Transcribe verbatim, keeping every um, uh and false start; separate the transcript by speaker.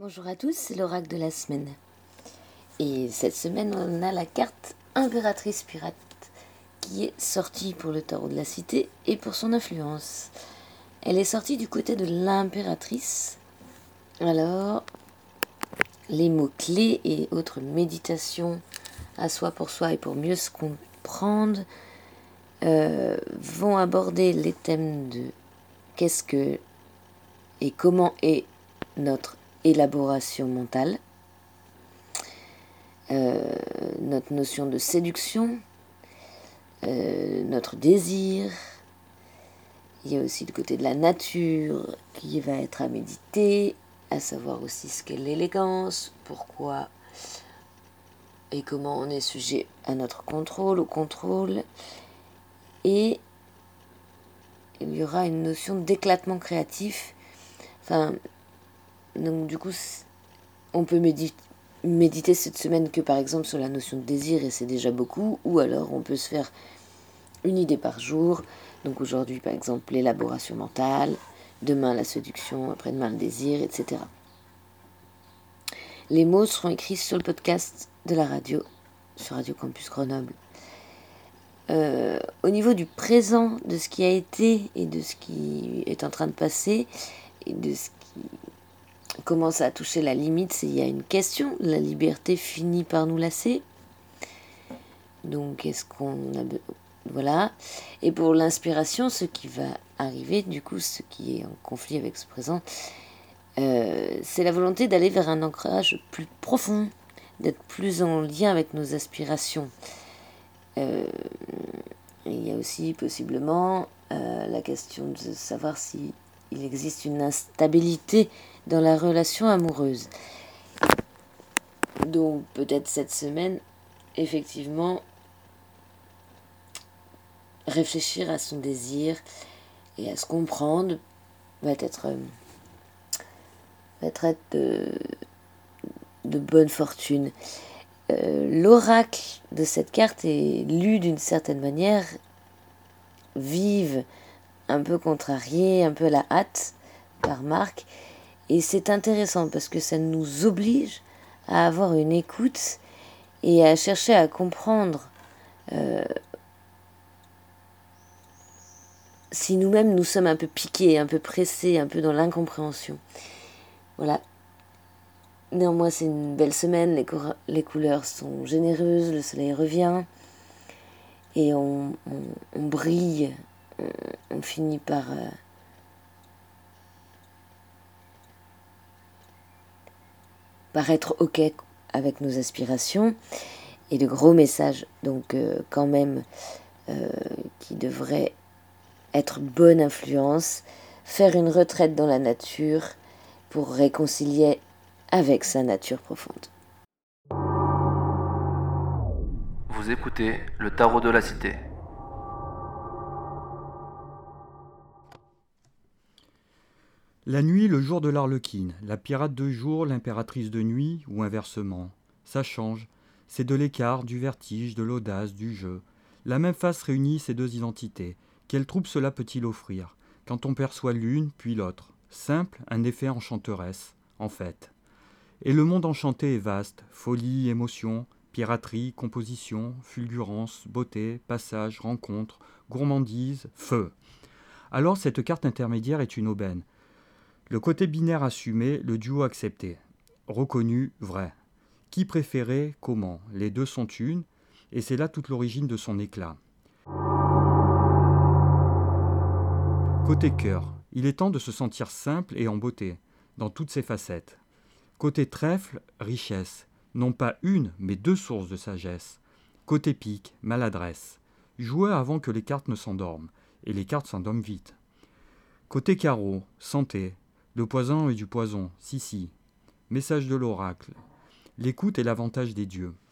Speaker 1: Bonjour à tous, c'est l'oracle de la semaine. Et cette semaine, on a la carte Impératrice Pirate qui est sortie pour le tarot de la cité et pour son influence. Elle est sortie du côté de l'impératrice. Alors, les mots-clés et autres méditations à soi pour soi et pour mieux se comprendre euh, vont aborder les thèmes de qu'est-ce que et comment est notre élaboration mentale, euh, notre notion de séduction, euh, notre désir. Il y a aussi le côté de la nature qui va être à méditer, à savoir aussi ce qu'est l'élégance, pourquoi et comment on est sujet à notre contrôle, au contrôle. Et il y aura une notion d'éclatement créatif. Enfin, donc du coup, on peut méditer, méditer cette semaine que par exemple sur la notion de désir, et c'est déjà beaucoup, ou alors on peut se faire une idée par jour. Donc aujourd'hui, par exemple, l'élaboration mentale, demain la séduction, après-demain le désir, et cetera. Les mots seront écrits sur le podcast de la radio, sur Radio Campus Grenoble. Euh, au niveau du présent, de ce qui a été et de ce qui est en train de passer, et de ce qui commence à toucher la limite, c'est il y a une question, la liberté finit par nous lasser. Donc est-ce qu'on a... Voilà. Et pour l'inspiration, ce qui va arriver, du coup, ce qui est en conflit avec ce présent, euh, c'est la volonté d'aller vers un ancrage plus profond, d'être plus en lien avec nos aspirations. Euh, il y a aussi possiblement euh, la question de savoir si il existe une instabilité dans la relation amoureuse. Donc peut-être cette semaine, effectivement, réfléchir à son désir et à se comprendre va être, euh, va être de, de bonne fortune. Euh, l'oracle de cette carte est lu d'une certaine manière, vive, un peu contrariée, un peu à la hâte par Marc, et c'est intéressant parce que ça nous oblige à avoir une écoute et à chercher à comprendre euh, si nous-mêmes nous sommes un peu piqués, un peu pressés, un peu dans l'incompréhension. Voilà. Néanmoins, c'est une belle semaine, les, cou- les couleurs sont généreuses, le soleil revient, et on, on, on brille, on, on finit par... Euh, par être OK avec nos aspirations, et de gros messages, donc euh, quand même, euh, qui devraient être bonne influence, faire une retraite dans la nature pour réconcilier avec sa nature profonde.
Speaker 2: Vous écoutez le tarot de la cité.
Speaker 3: La nuit, le jour de l'Arlequine, la pirate de jour, l'impératrice de nuit, ou inversement. Ça change. C'est de l'écart, du vertige, de l'audace, du jeu. La même face réunit ces deux identités. Quel trouble cela peut-il offrir, quand on perçoit l'une, puis l'autre? Simple, un effet enchanteresse, en fait. Et le monde enchanté est vaste, folie, émotion, piraterie, composition, fulgurance, beauté, passage, rencontre, gourmandise, feu. Alors cette carte intermédiaire est une aubaine. Le côté binaire assumé, le duo accepté. Reconnu, vrai. Qui préférait, comment? Les deux sont une, et c'est là toute l'origine de son éclat. Côté cœur, il est temps de se sentir simple et en beauté, dans toutes ses facettes. Côté trèfle, richesse, non pas une, mais deux sources de sagesse. Côté pique, maladresse. Jouer avant que les cartes ne s'endorment, et les cartes s'endorment vite. Côté carreau, santé, le poison et du poison, si si. Message de l'oracle. L'écoute est l'avantage des dieux.